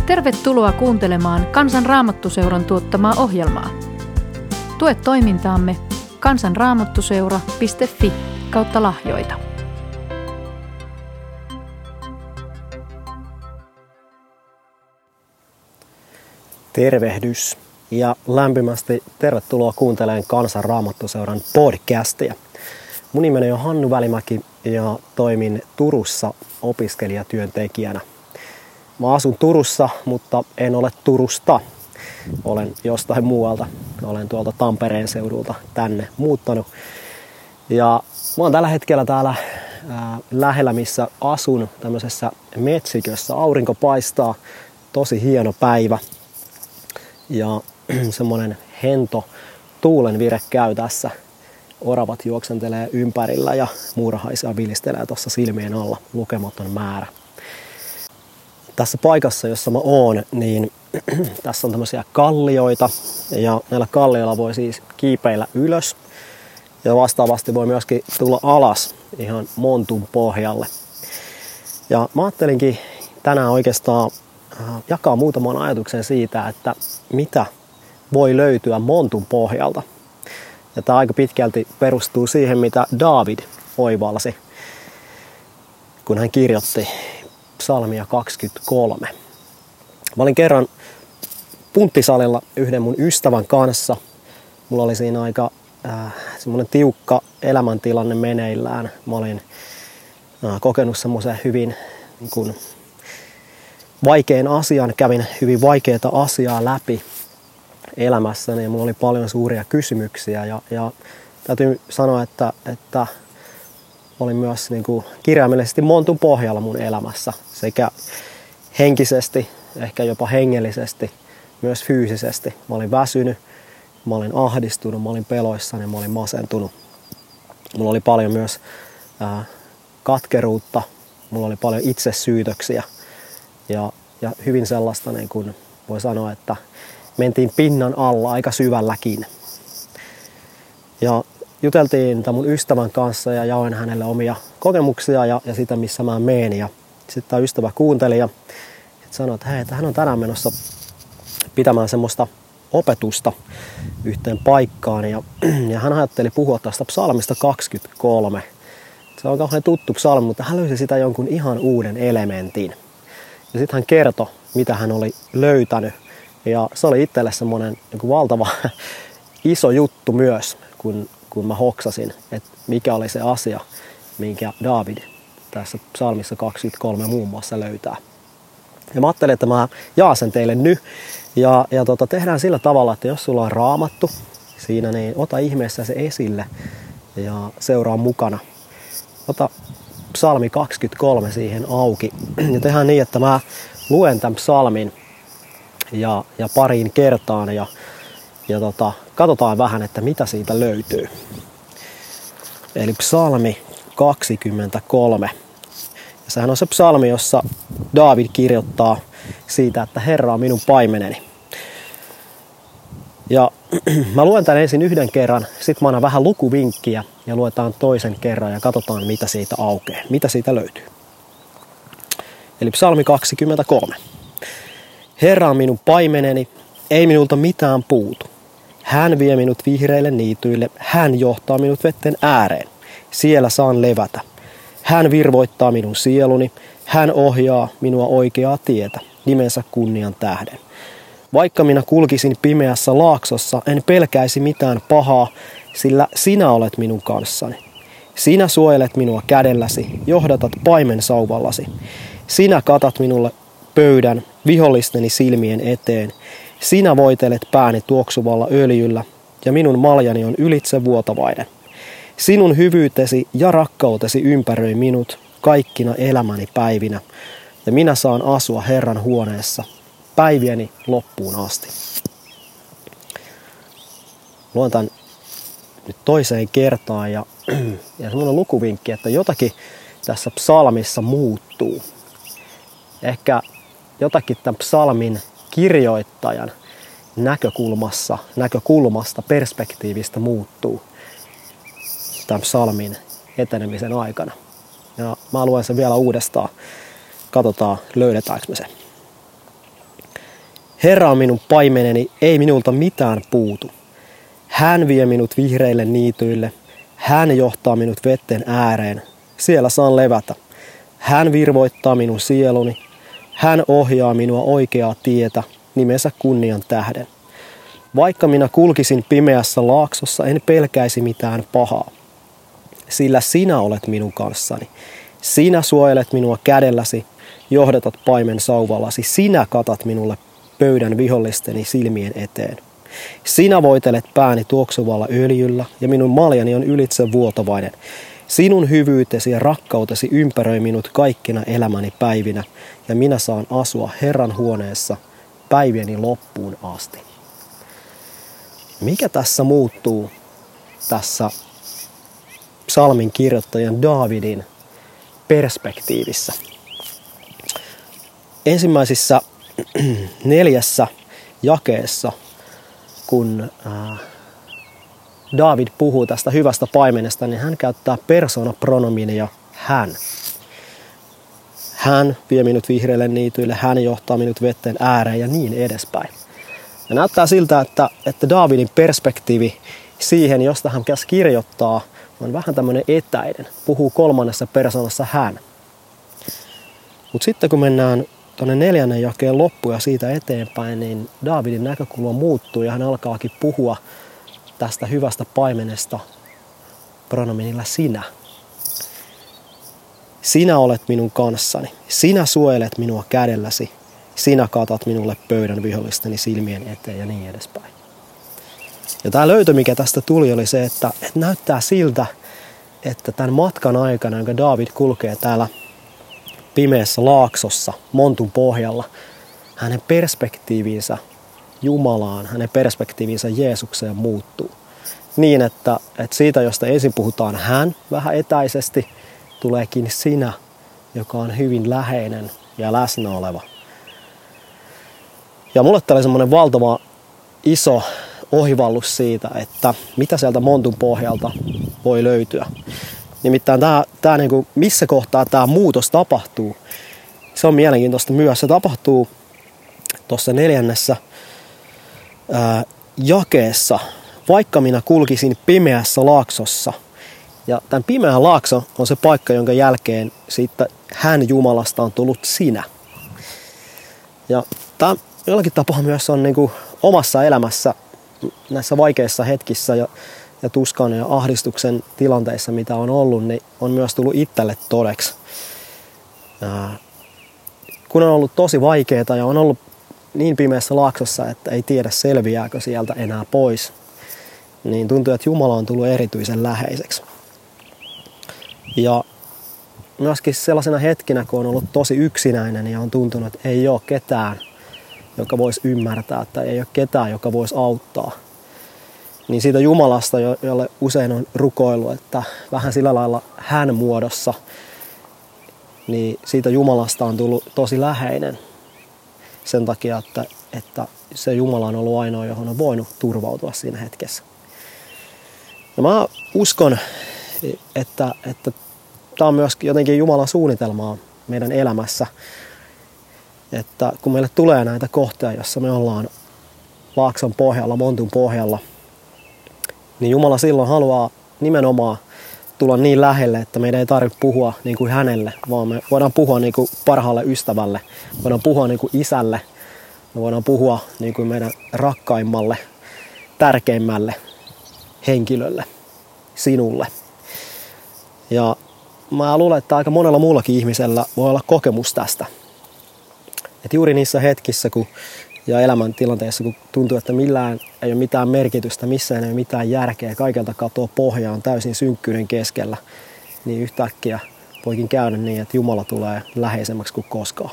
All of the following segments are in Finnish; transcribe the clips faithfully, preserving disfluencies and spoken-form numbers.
Tervetuloa kuuntelemaan Kansan Raamattuseuran tuottamaa ohjelmaa. Tue toimintaamme kansanraamattuseura piste fi kautta lahjoita. Tervehdys ja lämpimästi tervetuloa kuuntelemaan Kansan Raamattuseuran podcastia. Mun nimeni on Hannu Välimäki ja toimin Turussa opiskelijatyöntekijänä. Mä asun Turussa, mutta en ole Turusta. Olen jostain muualta. Olen tuolta Tampereen seudulta tänne muuttanut. Ja mä oon tällä hetkellä täällä ää, lähellä, missä asun, tämmöisessä metsikössä. Aurinko paistaa, tosi hieno päivä. Ja semmonen hento tuulenvire käy tässä. Oravat juoksentelee ympärillä ja muurahaisia vilistelee tuossa silmien alla lukematon määrä. Tässä paikassa, jossa mä oon, niin tässä on tämmöisiä kallioita ja näillä kallioilla voi siis kiipeillä ylös ja vastaavasti voi myöskin tulla alas ihan montun pohjalle. Ja mä ajattelinkin tänään oikeastaan jakaa muutaman ajatuksen siitä, että mitä voi löytyä montun pohjalta. Ja tämä aika pitkälti perustuu siihen, mitä Daavid oivalsi, kun hän kirjoitti psalmia kaksikymmentäkolme. Mä olin kerran punttisalilla yhden mun ystävän kanssa. Mulla oli siinä aika äh, semmoinen tiukka elämäntilanne meneillään. Mä olin äh, kokenut semmoisen hyvin niin kuin, vaikean asian, kävin hyvin vaikeaa asiaa läpi elämässäni ja mulla oli paljon suuria kysymyksiä ja, ja täytyy sanoa, että, että olin myös niin kuin kirjaimellisesti montun pohjalla mun elämässä sekä henkisesti, ehkä jopa hengellisesti, myös fyysisesti. Mä olin väsynyt, mä olin ahdistunut, mä olin peloissani, mä olin masentunut. Mulla oli paljon myös ää, katkeruutta, mulla oli paljon itsesyytöksiä ja, ja hyvin sellaista, niin kuin voi sanoa, että mentiin pinnan alla aika syvälläkin. Ja juteltiin tämän mun ystävän kanssa ja jaoin hänelle omia kokemuksia ja, ja sitä, missä mä meen. Ja sitten tämä ystävä kuunteli ja sanoi, että hei, että hän on tänään menossa pitämään semmoista opetusta yhteen paikkaan. Ja, ja hän ajatteli puhua tästä psalmista kaksikymmentäkolme. Se on kauhean tuttu psalmi, mutta hän löysi sitä jonkun ihan uuden elementin. Ja sitten hän kertoi, mitä hän oli löytänyt. Ja se oli itselle semmoinen niin valtava iso juttu myös, kun, kun mä hoksasin, että mikä oli se asia, minkä Daavid tässä psalmissa kaksikymmentäkolme muun muassa löytää. Ja mä ajattelin, että mä jaan sen teille nyt. Ja, ja tota, tehdään sillä tavalla, että jos sulla on raamattu siinä, niin ota ihmeessä se esille ja seuraa mukana. Ota psalmi kaksikymmentäkolme siihen auki. Ja tehdään niin, että mä luen tämän psalmin Ja, ja pariin kertaan ja, ja tota, katsotaan vähän, että mitä siitä löytyy. Eli psalmi kaksikymmentäkolme. Ja sehän on se psalmi, jossa Daavid kirjoittaa siitä, että Herra on minun paimeneni. Ja mä luen tämän ensin yhden kerran, sit mä annan vähän lukuvinkkiä ja luetaan toisen kerran ja katsotaan, mitä siitä aukeaa, mitä siitä löytyy. Eli psalmi kaksikymmentäkolme. Herra on minun paimeneni, ei minulta mitään puutu. Hän vie minut vihreille niityille, hän johtaa minut vetten ääreen. Siellä saan levätä. Hän virvoittaa minun sieluni, hän ohjaa minua oikeaa tietä, nimensä kunnian tähden. Vaikka minä kulkisin pimeässä laaksossa, en pelkäisi mitään pahaa, sillä sinä olet minun kanssani. Sinä suojelet minua kädelläsi, johdatat paimen sauvallasi. Sinä katat minulle pöydän vihollisteni silmien eteen. Sinä voitelet pääni tuoksuvalla öljyllä ja minun maljani on ylitsevuotavainen. Sinun hyvyytesi ja rakkautesi ympäröi minut kaikkina elämäni päivinä ja minä saan asua Herran huoneessa päivieni loppuun asti. Luen tämän nyt toiseen kertaan ja, ja semmoinen lukuvinkki, että jotakin tässä psalmissa muuttuu. Ehkä jotakin tämän psalmin kirjoittajan näkökulmassa, näkökulmasta, perspektiivistä muuttuu tämän psalmin etenemisen aikana. Ja mä luen sen vielä uudestaan. Katsotaan, löydetäänkö me se. Herra on minun paimeneni, ei minulta mitään puutu. Hän vie minut vihreille niityille. Hän johtaa minut vetten ääreen. Siellä saan levätä. Hän virvoittaa minun sieluni. Hän ohjaa minua oikeaa tietä nimensä kunnian tähden. Vaikka minä kulkisin pimeässä laaksossa, en pelkäisi mitään pahaa. Sillä sinä olet minun kanssani. Sinä suojelet minua kädelläsi, johdatat paimen sauvallasi. Sinä katat minulle pöydän vihollisteni silmien eteen. Sinä voitelet pääni tuoksuvalla öljyllä ja minun maljani on ylitse vuotavainen. Sinun hyvyytesi ja rakkautesi ympäröi minut kaikkina elämäni päivinä ja minä saan asua Herran huoneessa päivieni loppuun asti. Mikä tässä muuttuu tässä psalmin kirjoittajan Daavidin perspektiivissä? Ensimmäisissä neljässä jakeessa, kun äh, Daavid puhuu tästä hyvästä paimenesta, niin hän käyttää persoonapronominia hän. Hän vie minut vihreille niityille, hän johtaa minut vetten ääreen ja niin edespäin. Ja näyttää siltä, että, että Daavidin perspektiivi siihen, josta hän käs kirjoittaa, on vähän tämmöinen etäinen. Puhuu kolmannessa persoonassa hän. Mutta sitten kun mennään tuonne neljännen jakeen loppuun ja siitä eteenpäin, niin Daavidin näkökulma muuttuu ja hän alkaakin puhua tästä hyvästä paimenesta pronominilla sinä. Sinä olet minun kanssani. Sinä suojelet minua kädelläsi. Sinä katat minulle pöydän vihollisteni silmien eteen ja niin edespäin. Ja tämä löytö, mikä tästä tuli, oli se, että, että näyttää siltä, että tämän matkan aikana, jonka Daavid kulkee täällä pimeässä laaksossa, montun pohjalla, hänen perspektiivinsä Jumalaan, hänen perspektiivinsä Jeesukseen muuttuu. Niin, että, että siitä, josta ensin puhutaan hän vähän etäisesti, tuleekin sinä, joka on hyvin läheinen ja läsnä oleva. Ja mulle tää oli semmoinen valtava iso oivallus siitä, että mitä sieltä montun pohjalta voi löytyä. Nimittäin tää, tää niinku, missä kohtaa tämä muutos tapahtuu, se on mielenkiintoista myös. Se tapahtuu tuossa neljännessä ää, jakeessa, vaikka minä kulkisin pimeässä laaksossa. Ja tämän pimeä laakso on se paikka, jonka jälkeen siitä hän Jumalasta on tullut sinä. Ja tämä jollakin tapaa myös on niin kuin omassa elämässä näissä vaikeissa hetkissä ja, ja tuskan ja ahdistuksen tilanteissa, mitä on ollut, niin on myös tullut itselle todeksi. Ää, kun on ollut tosi vaikeaa ja on ollut niin pimeässä laaksossa, että ei tiedä selviääkö sieltä enää pois, niin tuntuu, että Jumala on tullut erityisen läheiseksi. Ja myöskin sellaisena hetkinä, kun on ollut tosi yksinäinen ja on tuntunut, että ei ole ketään, joka voisi ymmärtää tai ei ole ketään, joka voisi auttaa, niin siitä Jumalasta, jolle usein on rukoillut, että vähän sillä lailla hän muodossa, niin siitä Jumalasta on tullut tosi läheinen sen takia, että, että se Jumala on ollut ainoa, johon on voinut turvautua siinä hetkessä. Ja mä uskon, että, että tämä on myös jotenkin Jumalan suunnitelmaa meidän elämässä, että kun meille tulee näitä kohtia, jossa me ollaan laakson pohjalla, montun pohjalla, niin Jumala silloin haluaa nimenomaan tulla niin lähelle, että meidän ei tarvitse puhua niin kuin hänelle, vaan me voidaan puhua niin kuin parhaalle ystävälle, voidaan puhua niin kuin isälle, me voidaan puhua niin kuin meidän rakkaimmalle, tärkeimmälle henkilölle, sinulle. Ja mä luulen, että aika monella muullakin ihmisellä voi olla kokemus tästä. Että juuri niissä hetkissä kun, ja elämäntilanteissa, kun tuntuu, että millään ei ole mitään merkitystä, missään ei ole mitään järkeä, kaikelta katoaa pohja, on täysin synkkyyden keskellä, niin yhtäkkiä voikin käydä niin, että Jumala tulee läheisemmäksi kuin koskaan.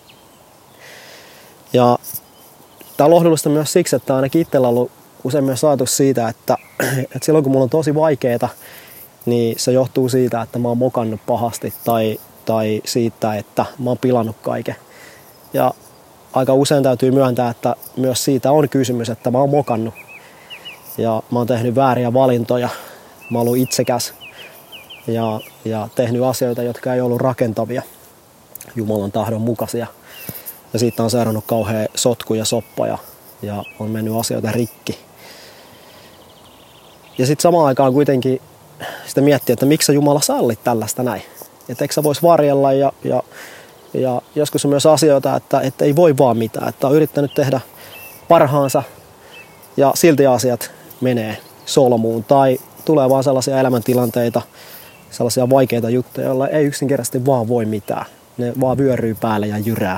Ja tämä on lohdullista myös siksi, että ainakin itsellä on ollut usein myös ajatus siitä, että, että silloin kun mulla on tosi vaikeaa, niin se johtuu siitä, että mä oon mokannut pahasti tai, tai siitä, että mä oon pilannut kaiken. Ja aika usein täytyy myöntää, että myös siitä on kysymys, että mä oon mokannut. Ja mä oon tehnyt vääriä valintoja. Mä oon ollut itsekäs ja, ja tehnyt asioita, jotka ei ollut rakentavia, Jumalan tahdon mukaisia. Ja siitä on seurannut kauhea sotku ja soppa ja, ja on mennyt asioita rikki. Ja sitten samaan aikaan kuitenkin sitä miettii, että miksi sä Jumala sallit tällaista näin. Että eikö sä vois varjella ja, ja, ja joskus on myös asioita, että, että ei voi vaan mitään. Että on yrittänyt tehdä parhaansa ja silti asiat menee solmuun. Tai tulee vaan sellaisia elämäntilanteita, sellaisia vaikeita juttuja, joilla ei yksinkertaisesti vaan voi mitään. Ne vaan vyöryy päälle ja jyrää.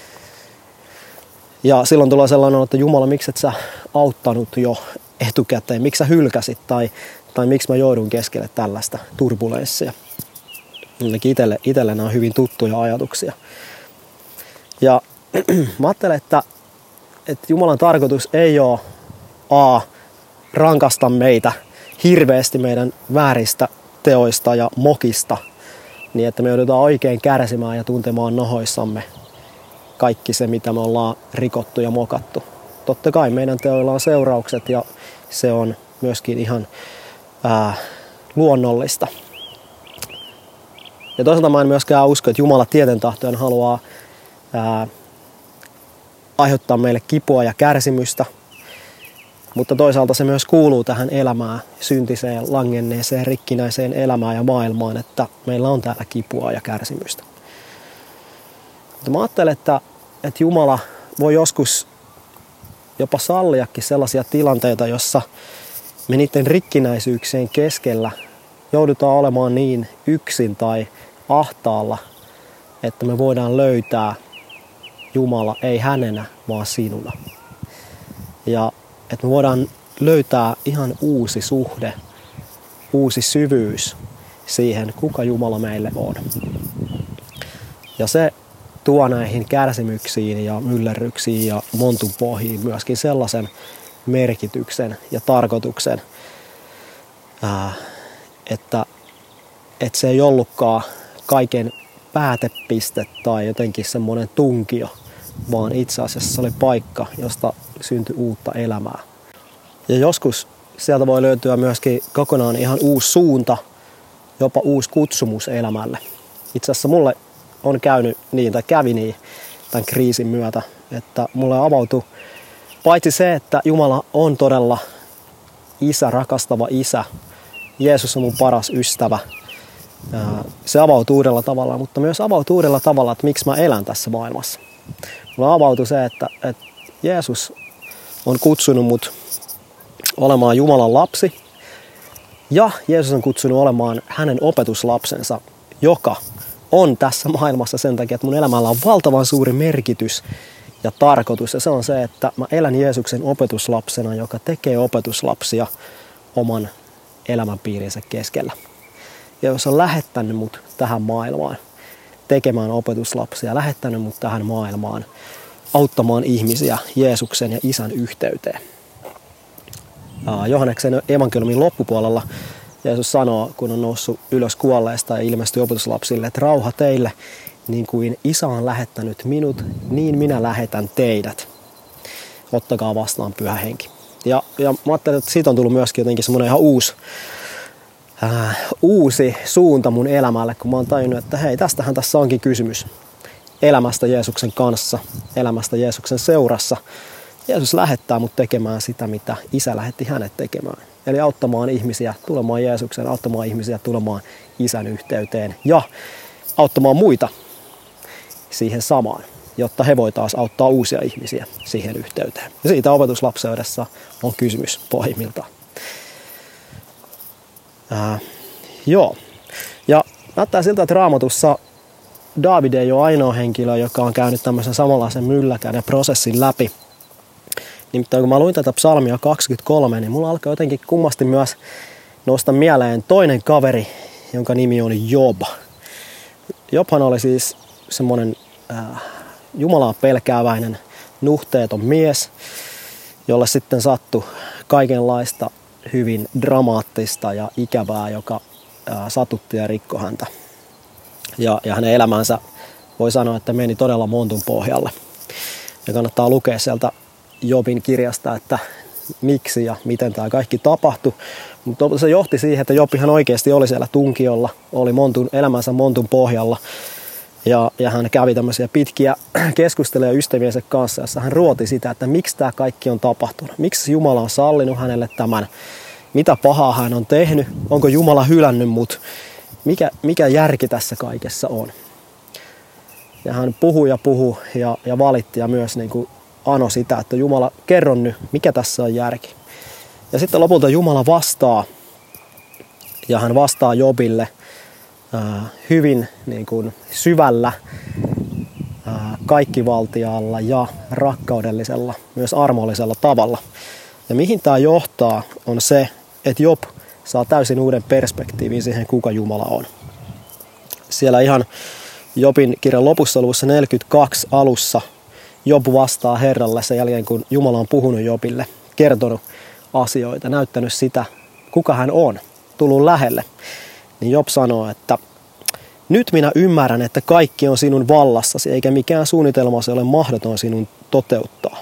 Ja silloin tulee sellainen, että Jumala, miksi et sä auttanut jo etukäteen? Miksi sä hylkäsit? Tai, tai miksi mä joudun keskelle tällaista turbulenssia? Itselle, itselle nämä on hyvin tuttuja ajatuksia. Ja mä ajattelen, että, että Jumalan tarkoitus ei ole a. rankasta meitä hirveästi meidän vääristä teoista ja mokista, niin että me joudutaan oikein kärsimään ja tuntemaan nahoissamme kaikki se, mitä me ollaan rikottu ja mokattu. Totta kai meidän teoilla on seuraukset ja se on myöskin ihan ää, luonnollista. Ja toisaalta mä en myöskään usko, että Jumala tieten tahtoen haluaa ää, aiheuttaa meille kipua ja kärsimystä. Mutta toisaalta se myös kuuluu tähän elämään, syntiseen, langenneeseen, rikkinäiseen elämään ja maailmaan, että meillä on täällä kipua ja kärsimystä. Mutta mä ajattelen, että, että Jumala voi joskus jopa salliakin sellaisia tilanteita, jossa me niiden rikkinäisyyksien keskellä joudutaan olemaan niin yksin tai ahtaalla, että me voidaan löytää Jumala ei hänenä, vaan sinuna. Ja että me voidaan löytää ihan uusi suhde, uusi syvyys siihen, kuka Jumala meille on. Ja se tuo näihin kärsimyksiin ja myllerryksiin ja montunpohjiin myöskin sellaisen merkityksen ja tarkoituksen, että, että se ei ollutkaan kaiken päätepiste tai jotenkin semmoinen tunkio, vaan itse asiassa se oli paikka, josta syntyi uutta elämää. Ja joskus sieltä voi löytyä myöskin kokonaan ihan uusi suunta, jopa uusi kutsumus elämälle. Itse asiassa mulle on käynyt niin, tai kävi niin tämän kriisin myötä, että mulle avautui paitsi se, että Jumala on todella isä, rakastava isä, Jeesus on mun paras ystävä, se avautui uudella tavalla, mutta myös avautui uudella tavalla, että miksi mä elän tässä maailmassa. Mulla avautui se, että, että Jeesus on kutsunut mut olemaan Jumalan lapsi ja Jeesus on kutsunut olemaan hänen opetuslapsensa, joka on tässä maailmassa sen takia, että mun elämällä on valtavan suuri merkitys ja tarkoitus. Ja se on se, että mä elän Jeesuksen opetuslapsena, joka tekee opetuslapsia oman elämänpiirinsä keskellä. Ja jos on lähettänyt mut tähän maailmaan tekemään opetuslapsia, lähettänyt mut tähän maailmaan auttamaan ihmisiä Jeesuksen ja Isän yhteyteen. Johanneksen evankeliumin loppupuolella Jeesus sanoo, kun on noussut ylös kuolleesta ja ilmestyi opetuslapsille, että rauha teille, niin kuin Isä on lähettänyt minut, niin minä lähetän teidät. Ottakaa vastaan Pyhä Henki. Ja, ja mä ajattelin, että siitä on tullut myöskin jotenkin semmoinen ihan uusi, äh, uusi suunta mun elämälle, kun mä oon tajunnut, että hei, tästähän tässä onkin kysymys. Elämästä Jeesuksen kanssa, elämästä Jeesuksen seurassa. Jeesus lähettää mut tekemään sitä, mitä Isä lähetti hänet tekemään. Eli auttamaan ihmisiä tulemaan Jeesuksen, auttamaan ihmisiä tulemaan Isän yhteyteen ja auttamaan muita siihen samaan, jotta he voi taas auttaa uusia ihmisiä siihen yhteyteen. Ja siitä opetuslapseudessa on kysymys pohjimmiltaan. Ää, joo. Ja näyttää siltä, että Raamatussa Daavid ei ole ainoa henkilö, joka on käynyt tämmöisen samanlaisen mylläkän ja prosessin läpi. Nimittäin kun mä luin tätä psalmia kaksikymmentäkolme, niin mulla alkoi jotenkin kummasti myös nousta mieleen toinen kaveri, jonka nimi on Job. Jobhan oli siis semmoinen äh, Jumalaa pelkääväinen, nuhteeton mies, jolle sitten sattui kaikenlaista hyvin dramaattista ja ikävää, joka äh, satutti ja rikkoi häntä. Ja, ja hänen elämänsä voi sanoa, että meni todella montun pohjalle. Ja kannattaa lukea sieltä Jobin kirjasta, että miksi ja miten tämä kaikki tapahtui. Mutta se johti siihen, että Job ihan oikeasti oli siellä tunkiolla, oli montun, elämänsä montun pohjalla. Ja, ja hän kävi tämmöisiä pitkiä keskusteluja ystäviensä kanssa, jossa hän ruoti sitä, että miksi tämä kaikki on tapahtunut. Miksi Jumala on sallinut hänelle tämän, mitä pahaa hän on tehnyt, onko Jumala hylännyt mut, mikä, mikä järki tässä kaikessa on. Ja hän puhui ja puhui ja, ja valitti ja myös niin kuin ano sitä, että Jumala, kerro nyt, mikä tässä on järki. Ja sitten lopulta Jumala vastaa, ja hän vastaa Jobille ää, hyvin niin kuin syvällä, ää, kaikkivaltialla ja rakkaudellisella, myös armollisella tavalla. Ja mihin tämä johtaa on se, että Job saa täysin uuden perspektiivin siihen, kuka Jumala on. Siellä ihan Jobin kirjan lopussa luvussa neljäkymmentäkaksi alussa Job vastaa Herralle sen jälkeen, kun Jumala on puhunut Jobille, kertonut asioita, näyttänyt sitä, kuka hän on, tullut lähelle. Niin Job sanoo, että nyt minä ymmärrän, että kaikki on sinun vallassasi, eikä mikään suunnitelmasi ole mahdoton sinun toteuttaa.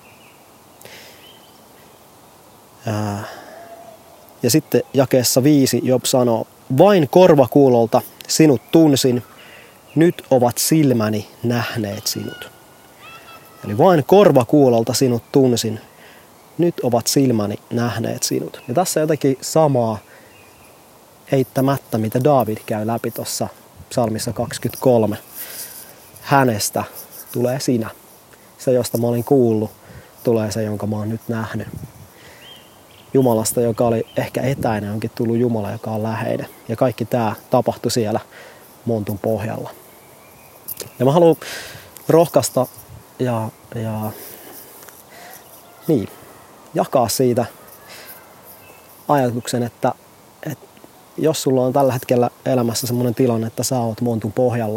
Ja sitten jakeessa viisi Job sanoo, vain korvakuulolta sinut tunsin, nyt ovat silmäni nähneet sinut. Eli vain korvakuulolta sinut tunsin, nyt ovat silmäni nähneet sinut. Ja tässä jotenkin samaa eittämättä, mitä Daavid käy läpi tuossa psalmissa kaksikymmentäkolme. Hänestä tulee sinä. Se, josta mä olin kuullut, tulee se, jonka mä oon nyt nähnyt. Jumalasta, joka oli ehkä etäinen, onkin tullut Jumala, joka on läheinen. Ja kaikki tämä tapahtui siellä montun pohjalla. Ja mä haluan rohkaista ja, ja niin, jakaa siitä ajatuksen, että, että jos sulla on tällä hetkellä elämässä semmoinen tilanne, että sä oot montun pohjalla,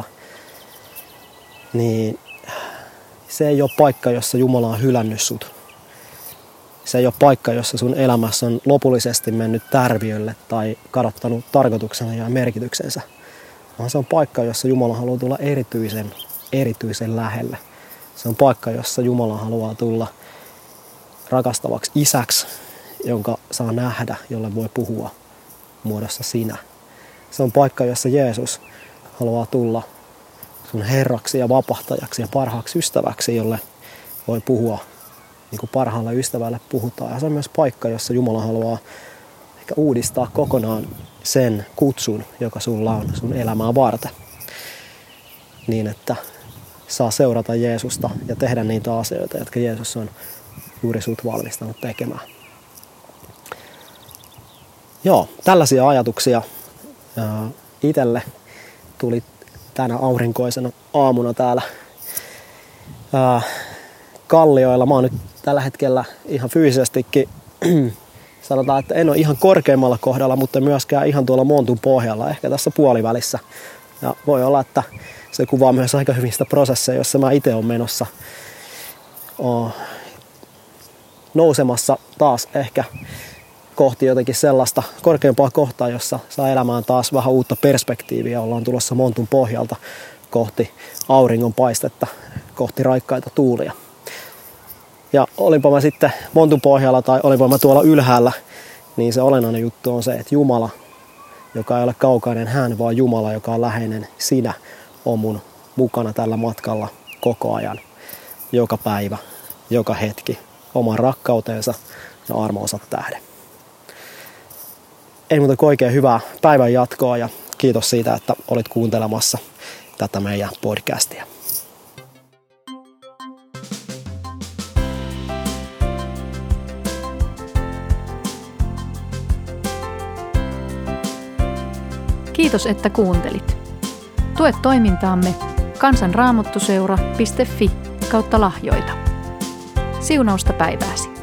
niin se ei ole paikka, jossa Jumala on hylännyt sut. Se ei ole paikka, jossa sun elämässä on lopullisesti mennyt tärviölle tai kadottanut tarkoituksena ja merkityksensä. Vaan se on paikka, jossa Jumala haluaa tulla erityisen, erityisen lähelle. Se on paikka, jossa Jumala haluaa tulla rakastavaksi isäksi, jonka saa nähdä, jolle voi puhua muodossa sinä. Se on paikka, jossa Jeesus haluaa tulla sun herraksi ja vapahtajaksi ja parhaaksi ystäväksi, jolle voi puhua niin kuin parhaalle ystävälle puhutaan. Ja se on myös paikka, jossa Jumala haluaa ehkä uudistaa kokonaan sen kutsun, joka sulla on sun elämää varten. Niin, että saa seurata Jeesusta ja tehdä niitä asioita, jotka Jeesus on juuri sut valmistanut tekemään. Joo, tällaisia ajatuksia itselle tuli tänä aurinkoisena aamuna täällä Kallioilla. Mä oon nyt tällä hetkellä ihan fyysisestikin, sanotaan, että en ole ihan korkeimmalla kohdalla, mutta myöskään ihan tuolla montun pohjalla, ehkä tässä puolivälissä. Ja voi olla, että se kuvaa myös aika hyvin sitä prosesseja, jossa mä itse olen menossa oon nousemassa taas ehkä kohti jotenkin sellaista korkeampaa kohtaa, jossa saa elämään taas vähän uutta perspektiiviä. Ollaan tulossa montun pohjalta kohti auringon paistetta, kohti raikkaita tuulia. Ja olinpa mä sitten montun pohjalla tai olinpa mä tuolla ylhäällä, niin se olennainen juttu on se, että Jumala, joka ei ole kaukainen hän, vaan Jumala, joka on läheinen sinä, on mun mukana tällä matkalla koko ajan, joka päivä, joka hetki, oman rakkautensa ja armonsa tähden. Ei muuta kuin oikein hyvää päivän jatkoa ja kiitos siitä, että olit kuuntelemassa tätä meidän podcastia. Kiitos, että kuuntelit. Tue toimintaamme kansanraamattuseura piste fi kautta lahjoita. Siunausta päivääsi.